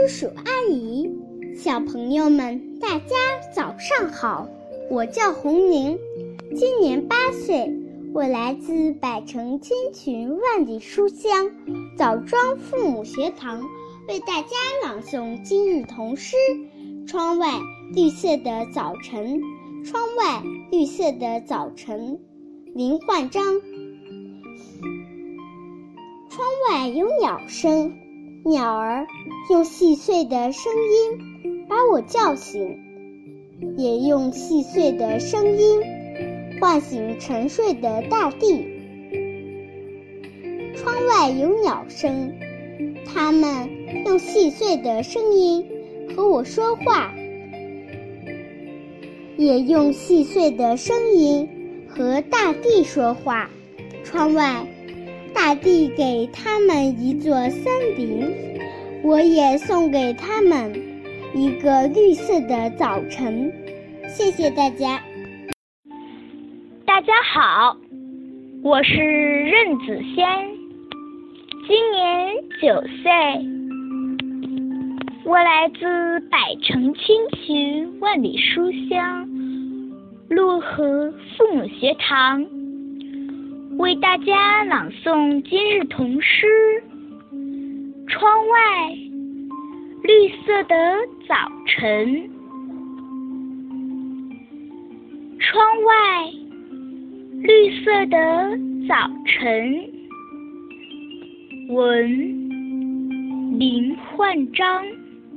叔阿姨，小朋友们，大家早上好！我叫洪宁，今年8岁，我来自百城千群万里书香枣庄父母学堂，为大家朗诵今日童诗。窗外绿色的早晨，窗外绿色的早晨，林焕章。窗外有鸟声，鸟儿用细碎的声音把我叫醒，也用细碎的声音唤醒沉睡的大地。窗外有鸟声，它们用细碎的声音和我说话，也用细碎的声音和大地说话。窗外大地给他们一座森林，我也送给他们一个绿色的早晨。谢谢大家。 大家好，我是任子轩，今年9岁，我来自百城千群万里书香漯河父母学堂，为大家朗诵今日童诗。窗外绿色的早晨，窗外绿色的早晨，文林焕章。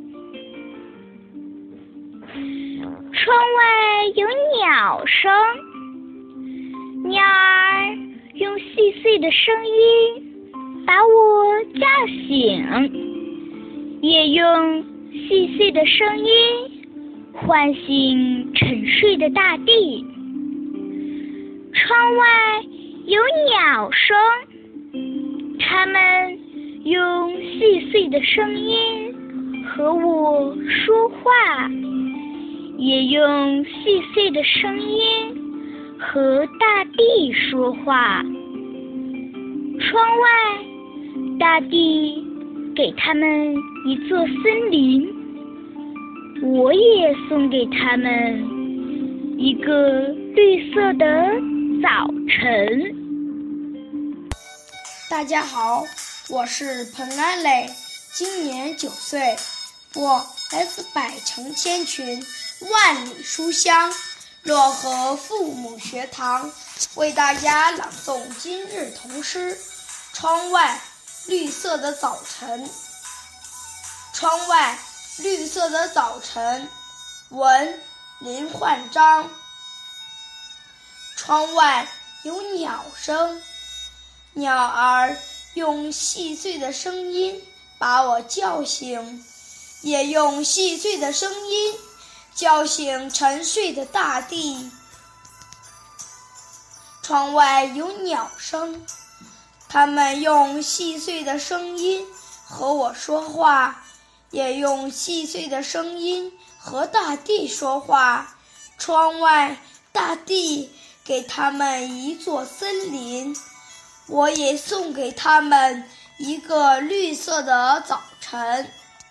窗外有鸟声，鸟儿用细碎的声音把我叫醒，也用细碎的声音唤醒沉睡的大地。窗外有鸟声，它们用细碎的声音和我说话，也用细碎的声音和大地说话。窗外大地给他们一座森林，我也送给他们一个绿色的早晨。 大家好，我是彭安磊，今年9岁，我来自百城千群万里书香漯河父母学堂，为大家朗诵今日童诗。窗外绿色的早晨，窗外绿色的早晨，文林焕章。窗外有鸟声，鸟儿用细碎的声音把我叫醒，也用细碎的声音叫醒沉睡的大地。窗外有鸟声，它们用细碎的声音和我说话，也用细碎的声音和大地说话。窗外大地给他们一座森林，我也送给他们一个绿色的早晨。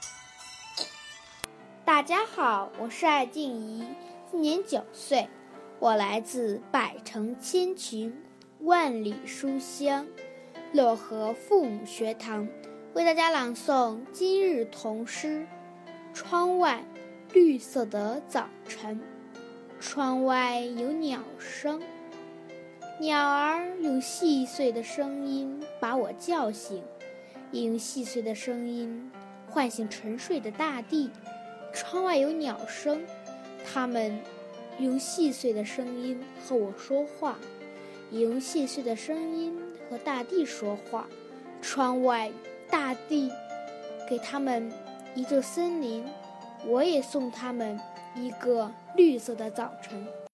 大家好，我是艾静怡，今年9岁，我来自百城千群万里书香漯河父母学堂，为大家朗诵今日童诗。窗外绿色的早晨，窗外有鸟声，鸟儿用细碎的声音把我叫醒，也用细碎的声音唤醒沉睡的大地。窗外有鸟声，它们用细碎的声音和我说话，也用细碎的声音和大地说话。窗外大地给他们一座森林，我也送他们一个绿色的早晨。